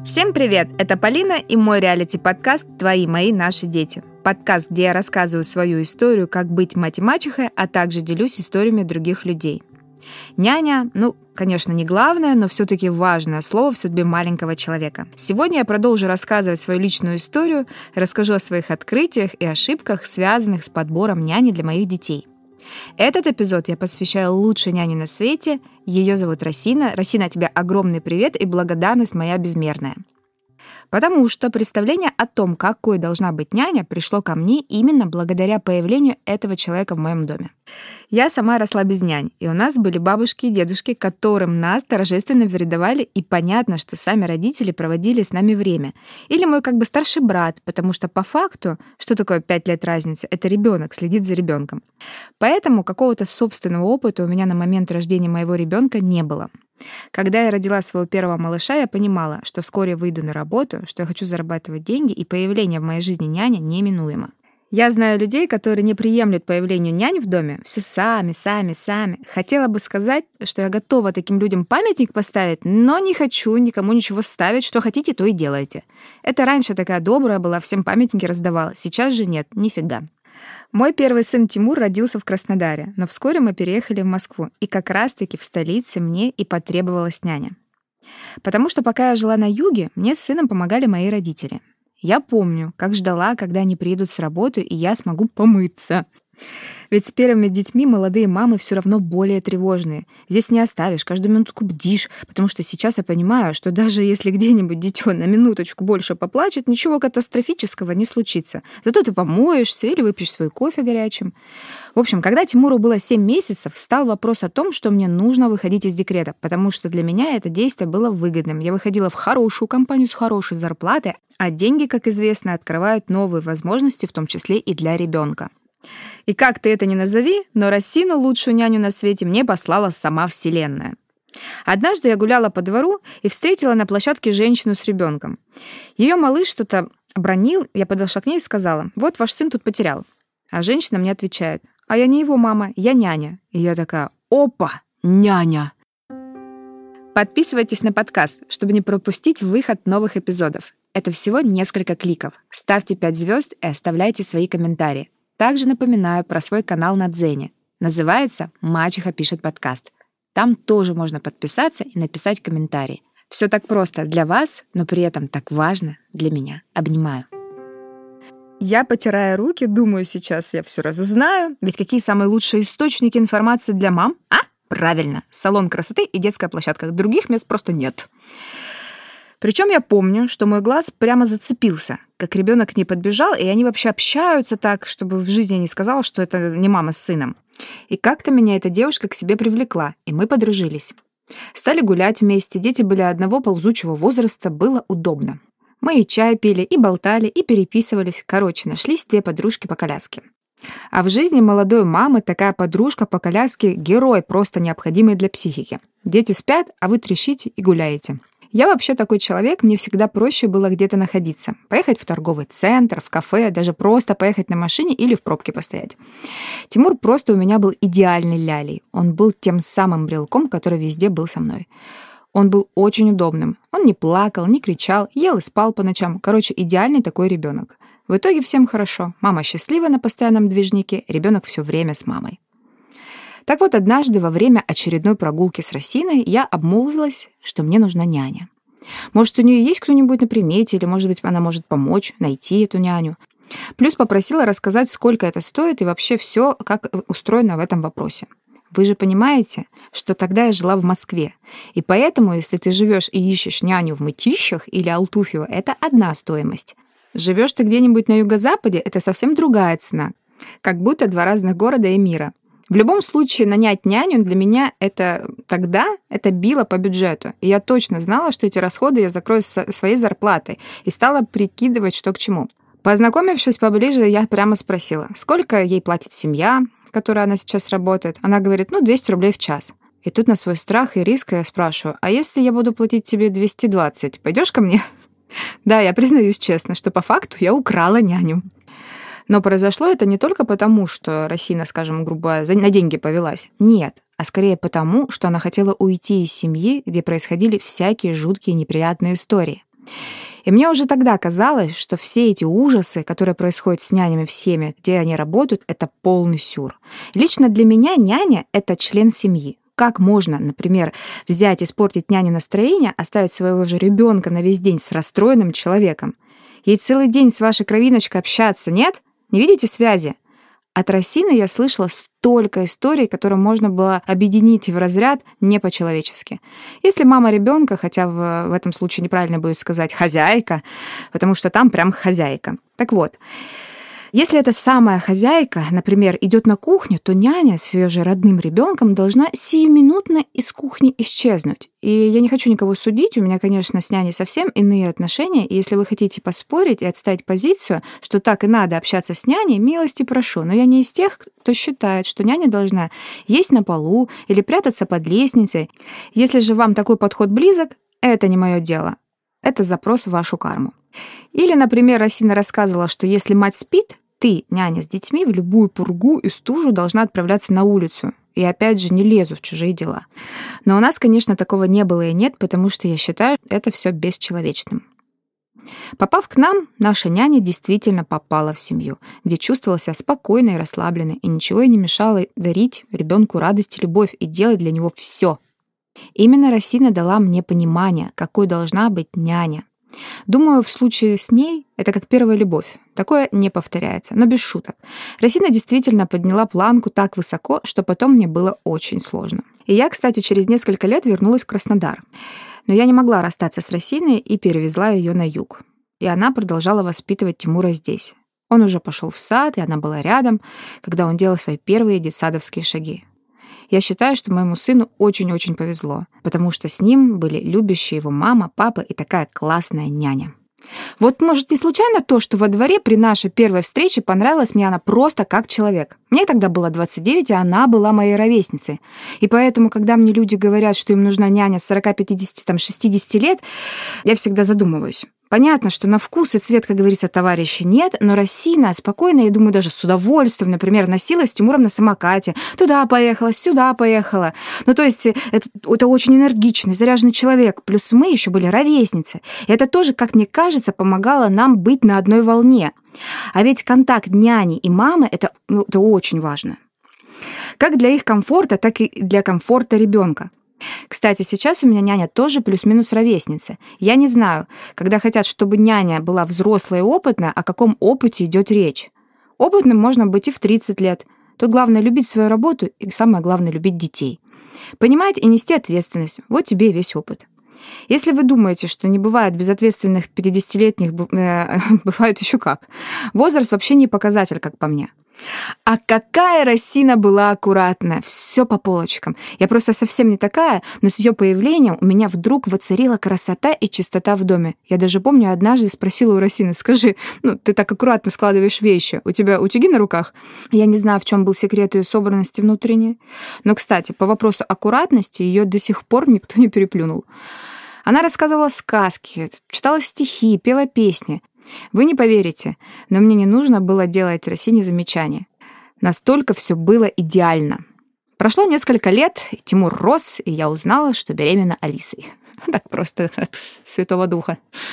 Всем привет! Это Полина и мой реалити-подкаст «Твои, мои, наши дети». Подкаст, где я рассказываю свою историю, как быть мать и мачехой, а также делюсь историями других людей. Няня, конечно, не главное, но все-таки важное слово в судьбе маленького человека. Сегодня я продолжу рассказывать свою личную историю, расскажу о своих открытиях и ошибках, связанных с подбором няни для моих детей. Этот эпизод я посвящаю лучшей няне на свете. Ее зовут Расина. Расина, тебе огромный привет и благодарность моя безмерная. Потому что представление о том, какой должна быть няня, пришло ко мне именно благодаря появлению этого человека в моем доме. Я сама росла без нянь, и у нас были бабушки и дедушки, которым нас торжественно передавали, и понятно, что сами родители проводили с нами время. Или мой старший брат, потому что по факту, что такое 5 лет разницы, это ребенок следит за ребенком. Поэтому какого-то собственного опыта у меня на момент рождения моего ребенка не было. Когда я родила своего первого малыша, я понимала, что вскоре выйду на работу, что я хочу зарабатывать деньги, и появление в моей жизни няни неминуемо. Я знаю людей, которые не приемлют появлению нянь в доме. Все сами. Хотела бы сказать, что я готова таким людям памятник поставить, но не хочу никому ничего ставить. Что хотите, то и делайте. Это раньше такая добрая была, всем памятники раздавала. Сейчас же нет, нифига. Мой первый сын Тимур родился в Краснодаре, но вскоре мы переехали в Москву, и как раз-таки в столице мне и потребовалась няня. Потому что пока я жила на юге, мне с сыном помогали мои родители. Я помню, как ждала, когда они приедут с работы, и я смогу помыться. Ведь с первыми детьми молодые мамы все равно более тревожные. Здесь не оставишь, каждую минутку бдишь, потому что сейчас я понимаю, что даже если где-нибудь дитё на минуточку больше поплачет, ничего катастрофического не случится. Зато ты помоешься или выпьешь свой кофе горячим. В общем, когда Тимуру было 7 месяцев, встал вопрос о том, что мне нужно выходить из декрета, потому что для меня это действие было выгодным. Я выходила в хорошую компанию с хорошей зарплатой, а деньги, как известно, открывают новые возможности, в том числе и для ребенка. И как ты это ни назови, но Расину, лучшую няню на свете, мне послала сама Вселенная. Однажды я гуляла по двору и встретила на площадке женщину с ребенком. Ее малыш что-то бранил, я подошла к ней и сказала: «Вот ваш сын тут потерял». А женщина мне отвечает: «А я не его мама, я няня». И я такая: «Опа, няня!» Подписывайтесь на подкаст, чтобы не пропустить выход новых эпизодов. Это всего несколько кликов. Ставьте 5 звезд и оставляйте свои комментарии. Также напоминаю про свой канал на Дзене. Называется «Мачеха пишет подкаст». Там тоже можно подписаться и написать комментарий. Все так просто для вас, но при этом так важно для меня. Обнимаю. Я, потирая руки, думаю, сейчас я все разузнаю. Ведь какие самые лучшие источники информации для мам? Правильно, салон красоты и детская площадка. Других мест просто нет. Причем я помню, что мой глаз прямо зацепился, как ребенок к ней подбежал, и они вообще общаются так, чтобы в жизни я не сказала, что это не мама с сыном. И как-то меня эта девушка к себе привлекла, и мы подружились. Стали гулять вместе, дети были одного ползучего возраста, было удобно. Мы и чай пили, и болтали, и переписывались. Короче, нашлись две подружки по коляске. А в жизни молодой мамы такая подружка по коляске — герой, просто необходимый для психики. Дети спят, а вы трещите и гуляете. Я вообще такой человек, мне всегда проще было где-то находиться. Поехать в торговый центр, в кафе, даже просто поехать на машине или в пробке постоять. Тимур просто у меня был идеальной лялей. Он был тем самым брелком, который везде был со мной. Он был очень удобным. Он не плакал, не кричал, ел и спал по ночам. Короче, идеальный такой ребенок. В итоге всем хорошо. Мама счастлива на постоянном движнике, ребенок все время с мамой. Так вот, однажды во время очередной прогулки с Расиной я обмолвилась, что мне нужна няня. Может, у нее есть кто-нибудь на примете, или, может быть, она может помочь найти эту няню. Плюс попросила рассказать, сколько это стоит и вообще все, как устроено в этом вопросе. Вы же понимаете, что тогда я жила в Москве, и поэтому, если ты живешь и ищешь няню в Мытищах или Алтуфьево, это одна стоимость. Живешь ты где-нибудь на юго-западе, это совсем другая цена. Как будто 2 разных города и мира. В любом случае, нанять няню для меня это било по бюджету. И я точно знала, что эти расходы я закрою своей зарплатой, и стала прикидывать, что к чему. Познакомившись поближе, я прямо спросила, сколько ей платит семья, в которой она сейчас работает. Она говорит, 200 рублей в час. И тут на свой страх и риск я спрашиваю, а если я буду платить тебе 220, пойдешь ко мне? Да, я признаюсь честно, что по факту я украла няню. Но произошло это не только потому, что Расина, скажем, грубо, на деньги повелась. Нет, а скорее потому, что она хотела уйти из семьи, где происходили всякие жуткие неприятные истории. И мне уже тогда казалось, что все эти ужасы, которые происходят с нянями в семьях, где они работают, это полный сюр. Лично для меня няня — это член семьи. Как можно, например, взять и испортить няне настроение, оставить своего же ребенка на весь день с расстроенным человеком? Ей целый день с вашей кровиночкой общаться, нет? Не видите связи? От Росины я слышала столько историй, которые можно было объединить в разряд не по-человечески. Если мама ребенка, хотя в этом случае неправильно будет сказать хозяйка, потому что там прям хозяйка. Так вот, если эта самая хозяйка, например, идет на кухню, то няня с ее же родным ребенком должна сиюминутно из кухни исчезнуть. И я не хочу никого судить, у меня, конечно, с няней совсем иные отношения, и если вы хотите поспорить и отставить позицию, что так и надо общаться с няней, милости прошу. Но я не из тех, кто считает, что няня должна есть на полу или прятаться под лестницей. Если же вам такой подход близок, это не мое дело. Это запрос в вашу карму. Или, например, Росина рассказывала, что если мать спит, ты, няня с детьми, в любую пургу и стужу должна отправляться на улицу. И опять же, не лезу в чужие дела. Но у нас, конечно, такого не было и нет, потому что я считаю это все бесчеловечным. Попав к нам, наша няня действительно попала в семью, где чувствовала себя спокойной и расслабленной, и ничего ей не мешало дарить ребенку радость и любовь и делать для него все. Именно Росина дала мне понимание, какой должна быть няня. Думаю, в случае с ней это как первая любовь. Такое не повторяется, но без шуток. Росина действительно подняла планку так высоко, что потом мне было очень сложно. И я, кстати, через несколько лет вернулась в Краснодар. Но я не могла расстаться с Росиной и перевезла ее на юг. И она продолжала воспитывать Тимура здесь. Он уже пошел в сад, и она была рядом, когда он делал свои первые детсадовские шаги. Я считаю, что моему сыну очень-очень повезло, потому что с ним были любящие его мама, папа и такая классная няня. Вот, может, не случайно то, что во дворе при нашей первой встрече понравилась мне она просто как человек. Мне тогда было 29, а она была моей ровесницей. И поэтому, когда мне люди говорят, что им нужна няня 40, 50, 60 лет, я всегда задумываюсь. Понятно, что на вкус и цвет, как говорится, товарища нет, но Росина спокойно, я думаю, даже с удовольствием, например, носилась с Тимуром на самокате. Туда поехала, сюда поехала. Ну, то есть это очень энергичный, заряженный человек. Плюс мы еще были ровесницы. И это тоже, как мне кажется, помогало нам быть на одной волне. А ведь контакт няни и мамы — это очень важно. Как для их комфорта, так и для комфорта ребенка. Кстати, сейчас у меня няня тоже плюс-минус ровесница. Я не знаю, когда хотят, чтобы няня была взрослая и опытная, о каком опыте идет речь. Опытным можно быть и в 30 лет. Тут главное любить свою работу и самое главное любить детей. Понимать и нести ответственность. Вот тебе и весь опыт. Если вы думаете, что не бывает безответственных 50-летних, бывает еще как. Возраст вообще не показатель, как по мне. А какая Росина была аккуратная, все по полочкам. Я просто совсем не такая, но с ее появлением у меня вдруг воцарила красота и чистота в доме. Я даже помню, однажды спросила у Росины: скажи, ты так аккуратно складываешь вещи, у тебя утюги на руках? Я не знаю, в чем был секрет ее собранности внутренней. Но, кстати, по вопросу аккуратности ее до сих пор никто не переплюнул. Она рассказывала сказки, читала стихи, пела песни. Вы не поверите, но мне не нужно было делать Росине замечания. Настолько все было идеально. Прошло несколько лет, Тимур рос, и я узнала, что беременна Алисой. Так просто от Святого Духа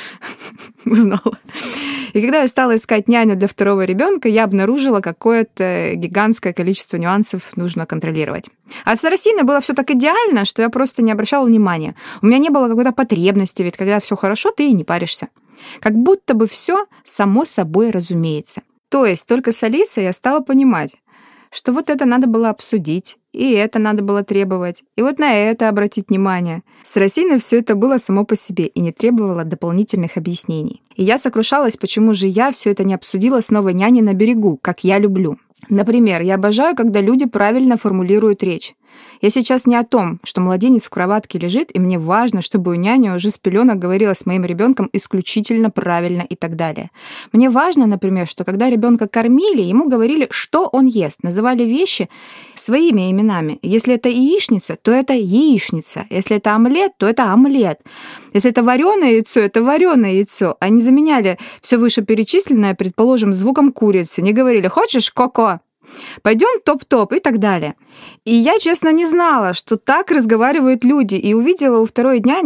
узнала. И когда я стала искать няню для второго ребенка, я обнаружила, какое-то гигантское количество нюансов нужно контролировать. А с Росиной было все так идеально, что я просто не обращала внимания. У меня не было какой-то потребности, ведь когда все хорошо, ты и не паришься. Как будто бы все само собой разумеется. То есть только с Алисой я стала понимать, что вот это надо было обсудить, и это надо было требовать, и вот на это обратить внимание. С Росиной все это было само по себе и не требовало дополнительных объяснений. И я сокрушалась, почему же я все это не обсудила с новой няней на берегу, как я люблю. Например, я обожаю, когда люди правильно формулируют речь. Я сейчас не о том, что младенец в кроватке лежит, и мне важно, чтобы у няни уже с пеленок говорила с моим ребенком исключительно правильно и так далее. Мне важно, например, что когда ребенка кормили, ему говорили, что он ест, называли вещи своими именами. Если это яичница, то это яичница. Если это омлет, то это омлет. Если это вареное яйцо, это вареное яйцо. Они заменяли все вышеперечисленное, предположим, звуком курицы. Не говорили: «Хочешь коко? Пойдем топ-топ» и так далее. И я, честно, не знала, что так разговаривают люди, и увидела у второй няни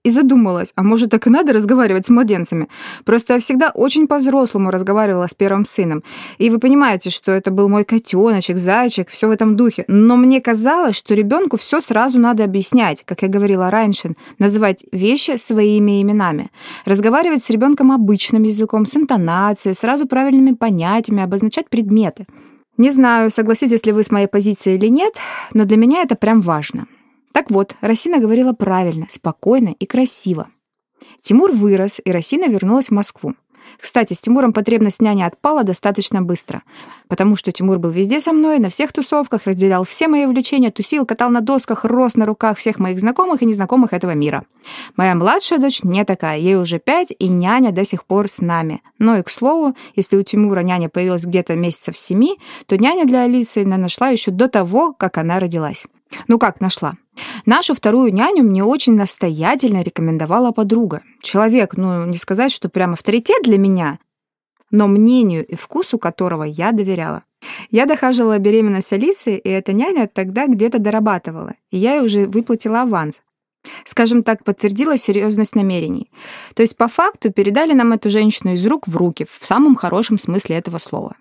И задумалась, а может, так и надо разговаривать с младенцами? Просто я всегда очень по-взрослому разговаривала с первым сыном. И вы понимаете, что это был мой котеночек, зайчик, все в этом духе. Но мне казалось, что ребенку все сразу надо объяснять, как я говорила раньше, называть вещи своими именами. Разговаривать с ребенком обычным языком, с интонацией, сразу правильными понятиями, обозначать предметы. Не знаю, согласитесь ли вы с моей позицией или нет, но для меня это прям важно. Так вот, Расина говорила правильно, спокойно и красиво. Тимур вырос, и Расина вернулась в Москву. Кстати, с Тимуром потребность в няне отпала достаточно быстро, потому что Тимур был везде со мной, на всех тусовках, разделял все мои увлечения, тусил, катал на досках, рос на руках всех моих знакомых и незнакомых этого мира. Моя младшая дочь не такая, ей уже 5, и няня до сих пор с нами. Но и, к слову, если у Тимура няня появилась где-то месяцев 7, то няня для Алисы я нашла еще до того, как она родилась. Ну как нашла? Нашу вторую няню мне очень настоятельно рекомендовала подруга. Человек, не сказать, что прям авторитет для меня, но мнению и вкусу которого я доверяла. Я дохаживала беременность Алисы, и эта няня тогда где-то дорабатывала, и я ей уже выплатила аванс. Скажем так, подтвердила серьезность намерений. То есть, по факту, передали нам эту женщину из рук в руки, в самом хорошем смысле этого слова.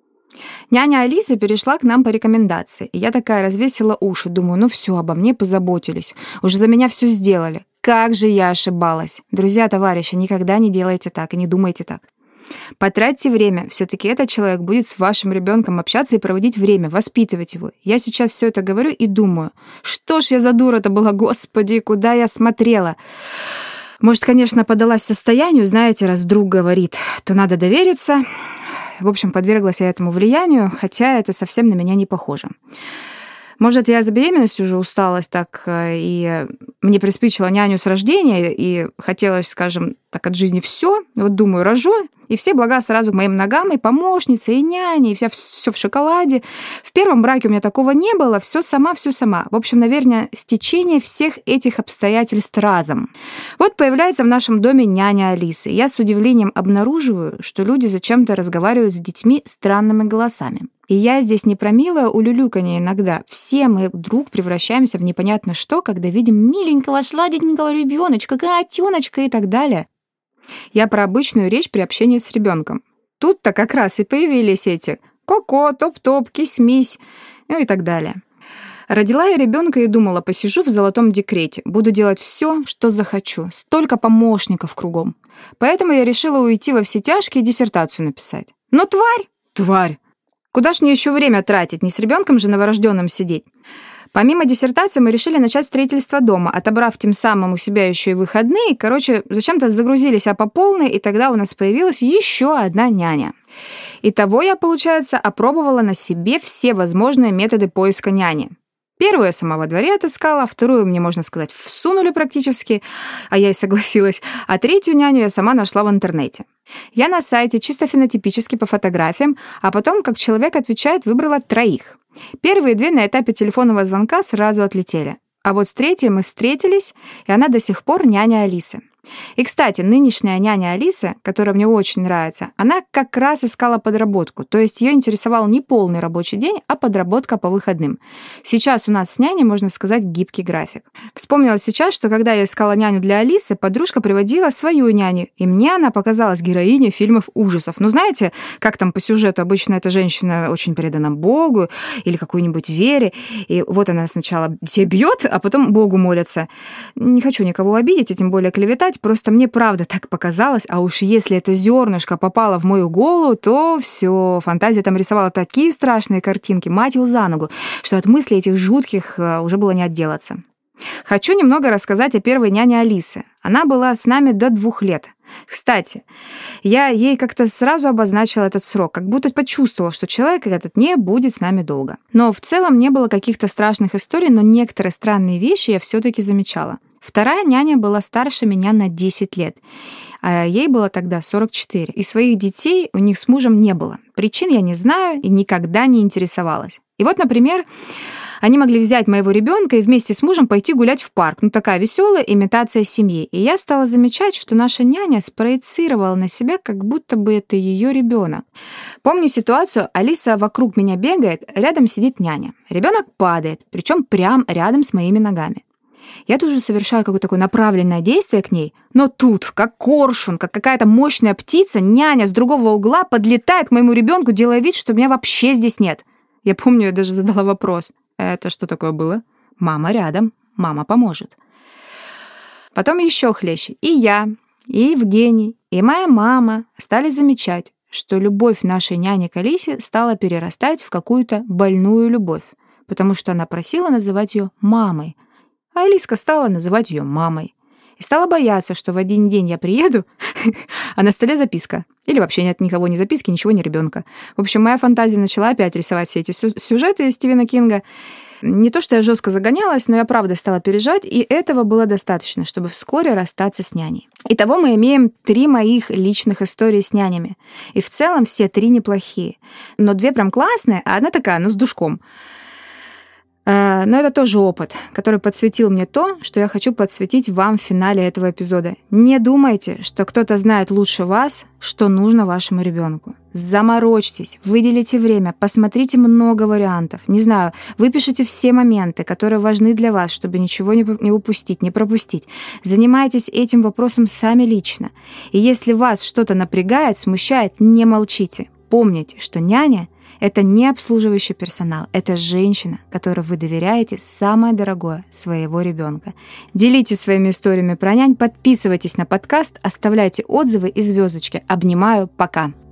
Няня Алиса перешла к нам по рекомендации, и я такая развесила уши, думаю, все, обо мне позаботились, уже за меня все сделали. Как же я ошибалась. Друзья, товарищи, никогда не делайте так и не думайте так. Потратьте время, все-таки этот человек будет с вашим ребенком общаться и проводить время, воспитывать его. Я сейчас все это говорю и думаю, что ж я за дура-то была, господи, куда я смотрела. Может, конечно, подалась состоянию, знаете, раз друг говорит, то надо довериться. В общем, подверглась я этому влиянию, хотя это совсем на меня не похоже. Может, я за беременностью уже усталась так, и мне приспичило няню с рождения, и хотелось, скажем так, от жизни все. Вот думаю, рожу, и все блага сразу к моим ногам, и помощница, и няня, и все в шоколаде. В первом браке у меня такого не было, все сама. В общем, наверное, стечение всех этих обстоятельств разом. Вот появляется в нашем доме няня Алисы. Я с удивлением обнаруживаю, что люди зачем-то разговаривают с детьми странными голосами. И я здесь не про милое улюлюканье иногда. Все мы вдруг превращаемся в непонятно что, когда видим миленького, сладенького ребеночка, котеночка и так далее. Я про обычную речь при общении с ребенком. Тут-то как раз и появились эти «ко-ко», «топ-топ», «кись-мись», и так далее. Родила я ребенка и думала, посижу в золотом декрете, буду делать все, что захочу, столько помощников кругом. Поэтому я решила уйти во все тяжкие и диссертацию написать. Но тварь! Куда ж мне еще время тратить, не с ребенком же новорожденным сидеть? Помимо диссертации мы решили начать строительство дома, отобрав тем самым у себя еще и выходные. Зачем-то загрузились по полной, и тогда у нас появилась еще одна няня. Итого я, получается, опробовала на себе все возможные методы поиска няни. Первую я сама во дворе отыскала, вторую, мне можно сказать, всунули практически, а я и согласилась, а третью няню я сама нашла в интернете. Я на сайте чисто фенотипически по фотографиям, а потом, как человек отвечает, выбрала 3. Первые 2 на этапе телефонного звонка сразу отлетели. А вот с третьей мы встретились, и она до сих пор няня Алисы. И, кстати, нынешняя няня Алиса, которая мне очень нравится, она как раз искала подработку, то есть ее интересовал не полный рабочий день, а подработка по выходным. Сейчас у нас с няней, можно сказать, гибкий график. Вспомнила сейчас, что когда я искала няню для Алисы, подружка приводила свою няню, и мне она показалась героиней фильмов ужасов. Знаете, как там по сюжету обычно эта женщина очень предана Богу или какой-нибудь вере, и вот она сначала себя бьет, а потом Богу молится. Не хочу никого обидеть, и тем более клеветать, просто мне правда так показалось, а уж если это зернышко попало в мою голову, то все, фантазия там рисовала такие страшные картинки, мать его за ногу, что от мыслей этих жутких уже было не отделаться. Хочу немного рассказать о первой няне Алисы. Она была с нами до 2 лет. Кстати, я ей как-то сразу обозначила этот срок, как будто почувствовала, что человек этот не будет с нами долго. Но в целом не было каких-то страшных историй, но некоторые странные вещи я все-таки замечала. Вторая няня была старше меня на 10 лет, а ей было тогда 44, и своих детей у них с мужем не было. Причин я не знаю и никогда не интересовалась. И вот, например, они могли взять моего ребенка и вместе с мужем пойти гулять в парк. Такая веселая имитация семьи. И я стала замечать, что наша няня спроецировала на себя, как будто бы это ее ребенок. Помню ситуацию, Алиса вокруг меня бегает, рядом сидит няня. Ребенок падает, причем прям рядом с моими ногами. Я тут же совершаю какое-то такое направленное действие к ней, но тут, как коршун, как какая-то мощная птица, няня с другого угла подлетает к моему ребенку, делая вид, что меня вообще здесь нет. Я помню, я даже задала вопрос. Это что такое было? Мама рядом, мама поможет. Потом еще хлеще. И я, и Евгений, и моя мама стали замечать, что любовь нашей няни к Алисе стала перерастать в какую-то больную любовь, потому что она просила называть ее мамой, а Алиска стала называть ее мамой. И стала бояться, что в один день я приеду, а на столе записка. Или вообще нет никого, ни записки, ничего, ни ребенка. В общем, моя фантазия начала опять рисовать все эти сюжеты Стивена Кинга. Не то, что я жестко загонялась, но я правда стала переживать, и этого было достаточно, чтобы вскоре расстаться с няней. Итого мы имеем 3 моих личных истории с нянями. И в целом все 3 неплохие. Но 2 прям классные, а одна такая, с душком. Но это тоже опыт, который подсветил мне то, что я хочу подсветить вам в финале этого эпизода. Не думайте, что кто-то знает лучше вас, что нужно вашему ребенку. Заморочьтесь, выделите время, посмотрите много вариантов. Не знаю, выпишите все моменты, которые важны для вас, чтобы ничего не упустить, не пропустить. Занимайтесь этим вопросом сами лично. И если вас что-то напрягает, смущает, не молчите. Помните, что няня — это не обслуживающий персонал, это женщина, которой вы доверяете самое дорогое — своего ребенка. Делитесь своими историями про нянь, подписывайтесь на подкаст, оставляйте отзывы и звездочки. Обнимаю, пока!